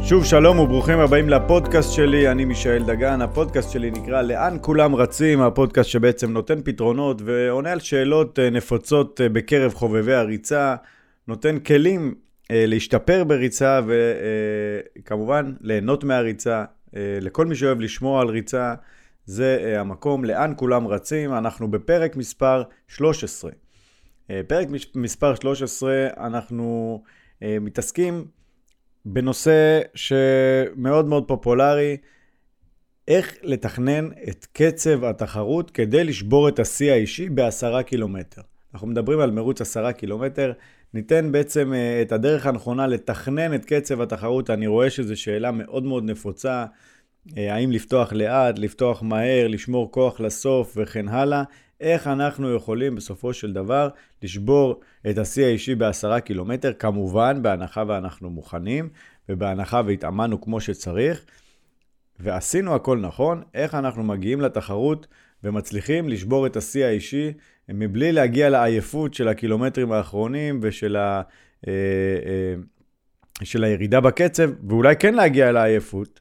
שוב שלום וברוכים הבאים לפודקאסט שלי, אני מישאל דגן. הפודקאסט שלי נקרא לאן כולם רצים, הפודקאסט שבעצם נותן פתרונות ועונה על שאלות נפוצות בקרב חובבי הריצה, נותן כלים להשתפר בריצה וכמובן ליהנות מהריצה. לכל מי שאוהב לשמוע על ריצה, זה המקום לאן כולם רצים. אנחנו בפרק מספר 13. פרק מספר 13 אנחנו מתעסקים בנושא שמאוד מאוד פופולרי, איך לתכנן את קצב התחרות כדי לשבור את השיא האישי ב10 קילומטר. אנחנו מדברים על מרוץ 10 קילומטר, ניתן בעצם את הדרך הנכונה לתכנן את קצב התחרות. אני רואה שזו שאלה מאוד מאוד נפוצה, האם לפתוח לאט, לפתוח מהר, לשמור כוח לסוף וכן הלאה. איך אנחנו יכולים בסופו של דבר לשבור את השיא האישי ב10 קילומטר, כמובן בהנחה ואנחנו מוכנים, ובהנחה והתאמנו כמו שצריך, ועשינו הכל נכון. איך אנחנו מגיעים לתחרות ומצליחים לשבור את השיא האישי, מבלי להגיע לעייפות של הקילומטרים האחרונים ושל של הירידה בקצב, ואולי כן להגיע לעייפות,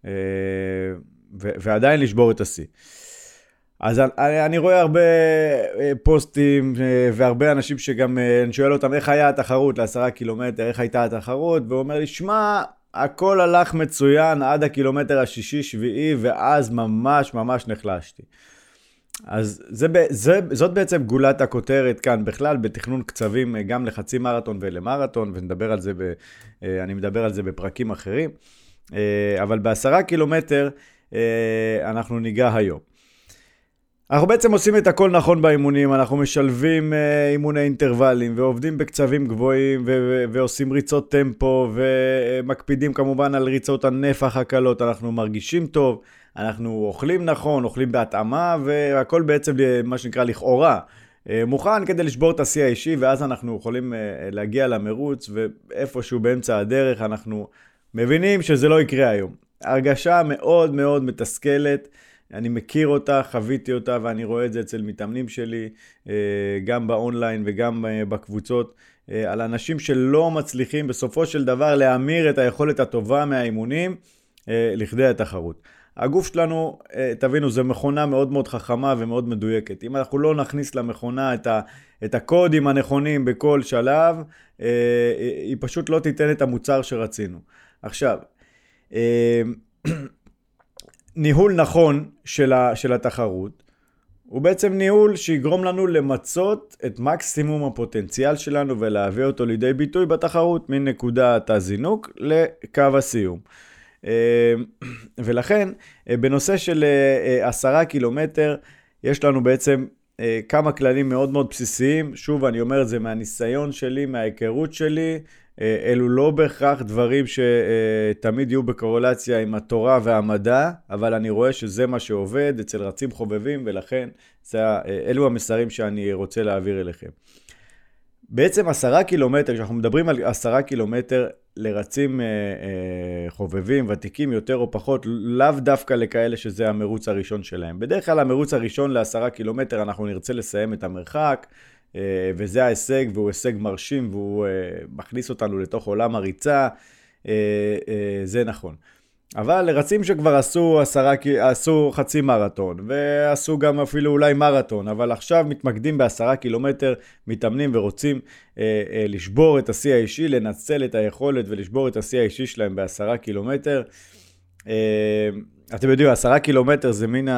ועדיין לשבור את השיא. אז אני רואה הרבה פוסטים והרבה אנשים שגם אני שואל אותם איך היה התחרות ל10 קילומטר, איך הייתה התחרות, ואומר לי, שמע, הכל הלך מצוין עד הקילומטר השישי, שביעי, ואז ממש ממש נחלשתי. אז זאת בעצם גולת הכותרת כאן בכלל בתכנון קצבים, גם לחצי מרתון ולמרתון, אני מדבר על זה בפרקים אחרים, אבל ב10 קילומטר אנחנו ניגע היום. אנחנו בעצם עושים את הכל נכון באימונים, אנחנו משלבים אימוני אינטרוולים ועובדים בקצבים גבוהים ועושים ריצות טמפו ומקפידים כמובן על ריצות הנפח הקלות, אנחנו מרגישים טוב, אנחנו אוכלים נכון, אוכלים בהתאמה, והכל בעצם מה שנקרא לכאורה מוכן כדי לשבור את השיא האישי, ואז אנחנו יכולים להגיע למרוץ, ואיפשהו באמצע הדרך אנחנו מבינים שזה לא יקרה היום. הרגשה מאוד מאוד מתסכלת, אני מכיר אותה, חוויתי אותה, ואני רואה את זה אצל מתאמנים שלי, גם באונליין וגם בקבוצות, על אנשים שלא מצליחים בסופו של דבר להמיר את היכולת הטובה מהאימונים לכדי התחרות. הגוף שלנו, תבינו, זו מכונה מאוד מאוד חכמה ומאוד מדויקת. אם אנחנו לא נכניס למכונה את הקודים הנכונים בכל שלב, היא פשוט לא תיתן את המוצר שרצינו. עכשיו, ניהול נכון של התחרות, הוא בעצם ניהול שיגרום לנו למצות את מקסימום הפוטנציאל שלנו ולהביא אותו לידי ביטוי בתחרות מנקודת הזינוק לקו הסיום. ולכן בנושא של 10 קילומטר יש לנו בעצם כמה כללים מאוד מאוד בסיסיים. שוב, אני אומר את זה מהניסיון שלי, מההיכרות שלי, אלו לא בהכרח דברים שתמיד יהיו בקורלציה עם התורה והמדע, אבל אני רואה שזה מה שעובד אצל רצים חובבים, ולכן אלו המסרים שאני רוצה להעביר אליכם. בעצם 10 קילומטר, כשאנחנו מדברים על 10 קילומטר לרצים חובבים, ותיקים יותר או פחות, לאו דווקא לכאלה שזה המרוץ הראשון שלהם. בדרך כלל המרוץ הראשון ל10 קילומטר אנחנו נרצה לסיים את המרחק, וזה ההישג, והוא הישג מרשים, והוא מכניס אותנו לתוך עולם הריצה, זה נכון. אבל לרצים שכבר עשו חצי מרתון, ועשו גם אפילו אולי מרתון, אבל עכשיו מתמקדים ב10 קילומטר, מתאמנים ורוצים לשבור את השיא האישי, לנצל את היכולת ולשבור את השיא האישי שלהם ב10 קילומטר. אתם יודעים, 10 קילומטר זה מין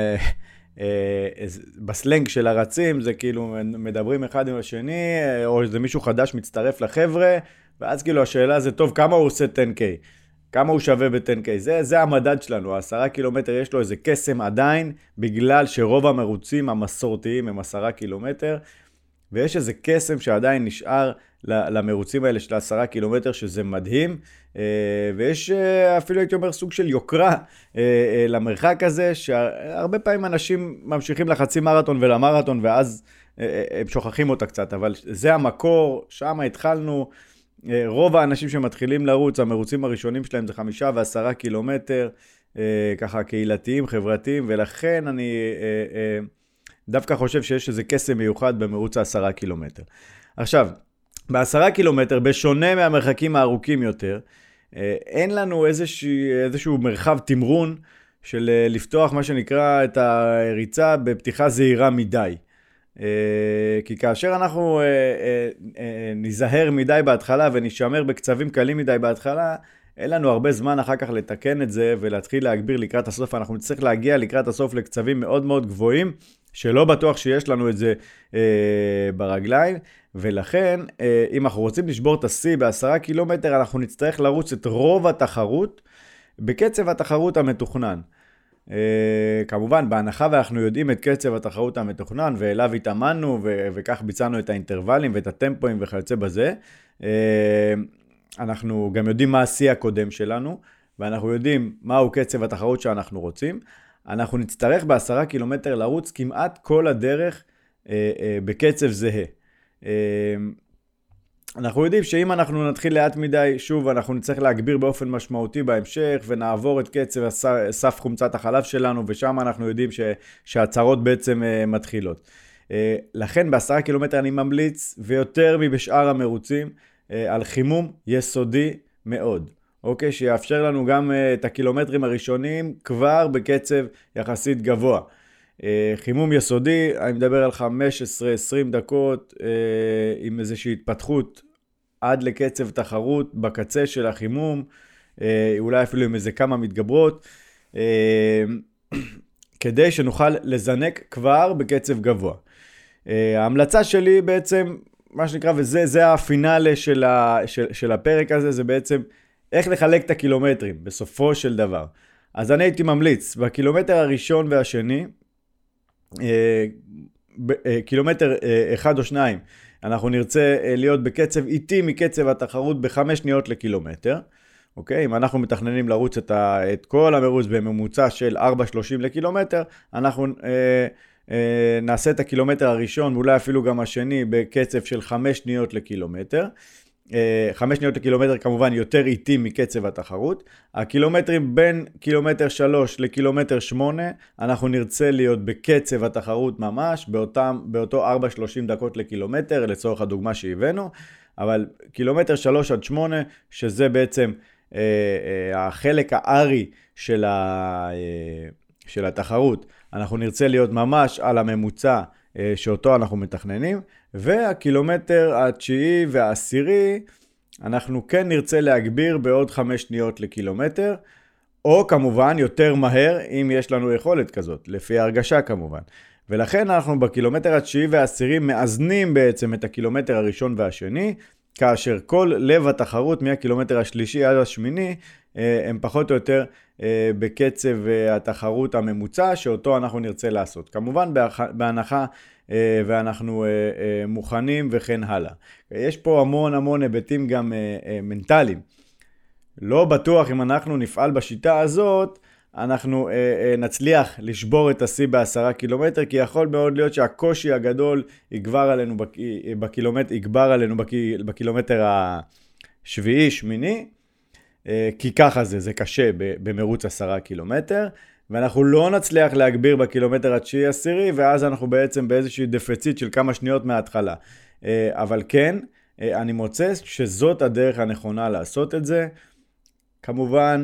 בסלנג של הרצים, זה כאילו מדברים אחד עם השני, או זה מישהו חדש מצטרף לחבר'ה, ואז כאילו השאלה זה, טוב, כמה הוא עושה 10K? כמה הוא שווה ב-10K? זה המדד שלנו. 10 קילומטר יש לו איזה קסם עדיין, בגלל שרוב המרוצים המסורתיים הם 10 קילומטר, ויש איזה קסם שעדיין נשאר למרוצים האלה של 10 קילומטר, שזה מדהים, ויש אפילו הייתי אומר סוג של יוקרה למרחק הזה, שהרבה פעמים אנשים ממשיכים לחצי מרתון ולמרתון, ואז הם שוכחים אותה קצת, אבל זה המקור, שם התחלנו. רוב האנשים שמתחילים לרוץ, המרוצים הראשונים שלהם זה 5 ו10 קילומטר, ככה קהילתיים, חברתיים, ולכן אני דווקא חושב שיש איזה קסם מיוחד במרוץ 10 קילומטר. עכשיו, ב10 קילומטר, בשונה מהמרחקים הארוכים יותר, אין לנו איזשהו מרחב תמרון של לפתוח מה שנקרא את הריצה בפתיחה זהירה מדי. כי כאשר אנחנו נזהר מדי בהתחלה ונשמר בקצבים קלים מדי בהתחלה, אין לנו הרבה זמן אחר כך לתקן את זה ולהתחיל להגביר לקראת הסוף. אנחנו נצטרך להגיע לקראת הסוף לקצבים מאוד מאוד גבוהים, שלא בטוח שיש לנו את זה ברגליים, ולכן אם אנחנו רוצים לשבור את השיא ב10 קילומטר, אנחנו נצטרך לרוץ את רוב התחרות בקצב התחרות המתוכנן. כמובן, בהנחה ואנחנו יודעים את קצב התחרות המתוכנן, ואליו התאמנו, וכך ביצענו את האינטרוולים ואת הטמפואים וכיוצא בזה, אנחנו גם יודעים מה השיא הקודם שלנו, ואנחנו יודעים מהו קצב התחרות שאנחנו רוצים. אנחנו נצטרך ב10 קילומטר לרוץ כמעט כל הדרך בקצב זהה. אנחנו יודעים שאם אנחנו נתחיל לאט מדי, שוב אנחנו נצטרך להגביר באופן משמעותי בהמשך, ונעבור את קצב סף חומצת החלב שלנו, ושם אנחנו יודעים שהצרות בעצם מתחילות. לכן ב10 קילומטר אני ממליץ, ויותר מבשאר המרוצים, על חימום יסודי מאוד. אוקיי, שיאפשר לנו גם את הקילומטרים הראשונים כבר בקצב יחסית גבוה. חימום יסודי, אני מדבר על 15-20 דקות עם איזושהי התפתחות עד לקצב תחרות בקצה של החימום, אולי אפילו עם איזה כמה מתגברות, כדי שנוכל לזנק כבר בקצב גבוה. ההמלצה שלי בעצם, מה שנקרא, וזה הפינאלה של הפרק הזה, זה בעצם איך לחלק את הקילומטרים בסופו של דבר. אז אני הייתי ממליץ, בקילומטר הראשון והשני, קילומטר 1 או 2, אנחנו נרצה להיות בקצב איטי מקצב התחרות ב5 שניות לקילומטר. אוקיי? אם אנחנו מתכננים לרוץ את כל המרוץ בממוצע של 4.30 לקילומטר, אנחנו נעשה את הקילומטר הראשון, ואולי אפילו גם השני, בקצב של 5 שניות לקילומטר. 5 שניות לקילומטר כמובן יותר איטי מקצב התחרות. הקילומטרים בין קילומטר 3 לקילומטר 8, אנחנו נרצה להיות בקצב התחרות ממש, באותו 4.30 דקות לקילומטר, לצורך הדוגמה שהבאנו. אבל קילומטר 3 עד 8, שזה בעצם החלק הארי של התחרות, אנחנו נרצה להיות ממש על הממוצע שאותו אנחנו מתכננים, והקילומטר התשיעי והעשירי, אנחנו כן נרצה להגביר בעוד 5 שניות לקילומטר, או כמובן יותר מהר אם יש לנו יכולת כזאת, לפי ההרגשה כמובן. ולכן אנחנו בקילומטר התשיעי והעשירי מאזנים בעצם את הקילומטר הראשון והשני, כאשר כל לב התחרות מהקילומטר השלישי עד השמיני, הם פחות או יותר בקצב התחרות הממוצע שאותו אנחנו נרצה לעשות. כמובן בהנחה ואנחנו מוכנים וכן הלאה. יש פה המון היבטים גם מנטליים. לא בטוח אם אנחנו נפעל בשיטה הזאת, אנחנו נצליח לשבור את השיא ב10 קילומטר, כי יכול מאוד להיות שהקושי הגדול יגבר עלינו בקילומטר השביעי, שמיני, כי ככה זה קשה במרוץ 10 קילומטר, ואנחנו לא נצליח להגביר בקילומטר התשיעי עשירי, ואז אנחנו בעצם באיזושהי דפיציט של כמה שניות מההתחלה. אבל כן, אני מוצא שזאת הדרך הנכונה לעשות את זה. כמובן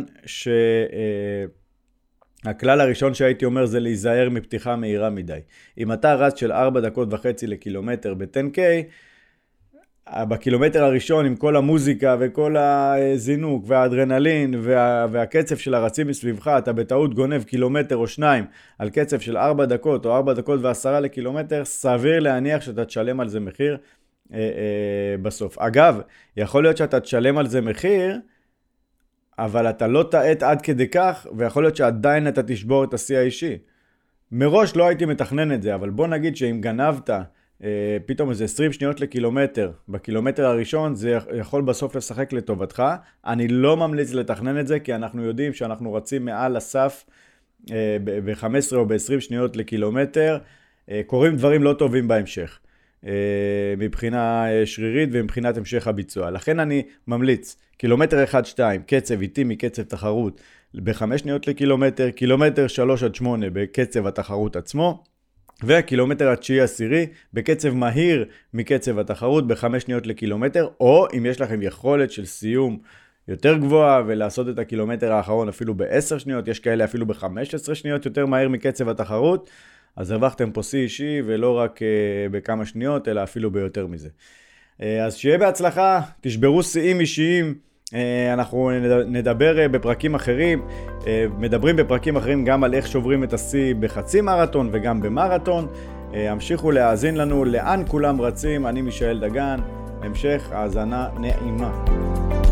הכלל הראשון שהייתי אומר זה להיזהר מפתיחה מהירה מדי. אם אתה רץ של 4.5 דקות לקילומטר ב-10K, בקילומטר הראשון עם כל המוזיקה וכל הזינוק והאדרנלין והקצב של הרצים מסביבך, אתה בטעות גונב קילומטר או 2 על קצב של 4 דקות או 4 דקות ו10 לקילומטר, סביר להניח שאתה תשלם על זה מחיר בסוף. אגב, יכול להיות שאתה תשלם על זה מחיר, אבל אתה לא תעט עד כדי כך, ויכול להיות שעדיין אתה תשבור את השיא האישי. מראש לא הייתי מתכנן את זה, אבל בוא נגיד שאם גנבת פתאום איזה 20 שניות לקילומטר, בקילומטר הראשון, זה יכול בסוף לשחק לטובתך. אני לא ממליץ לתכנן את זה, כי אנחנו יודעים שאנחנו רצים מעל הסף ב-15 או ב-20 שניות לקילומטר, קורים דברים לא טובים בהמשך, מבחינה שרירית ומבחינת המשך הביצוע. לכן אני ממליץ, קילומטר 1-2, קצב איטי מקצב תחרות ב-5 שניות לקילומטר, קילומטר 3-8 בקצב התחרות עצמו, והקילומטר התשיעי עשירי בקצב מהיר מקצב התחרות ב5 שניות לקילומטר, או אם יש לכם יכולת של סיום יותר גבוהה, ולעשות את הקילומטר האחרון אפילו ב10 שניות, יש כאלה אפילו ב15 שניות יותר מהר מקצב התחרות, אז הרווחתם פה שיא אישי, ולא רק בכמה שניות, אלא אפילו ביותר מזה. אז שיהיה בהצלחה, תשברו שיאים אישיים, אנחנו נדבר בפרקים אחרים, מדברים בפרקים אחרים גם על איך שוברים את השיא בחצי מרתון וגם במרתון. המשיכו להאזין לנו לאן כולם רצים, אני מישאל דגן, המשך האזנה נעימה.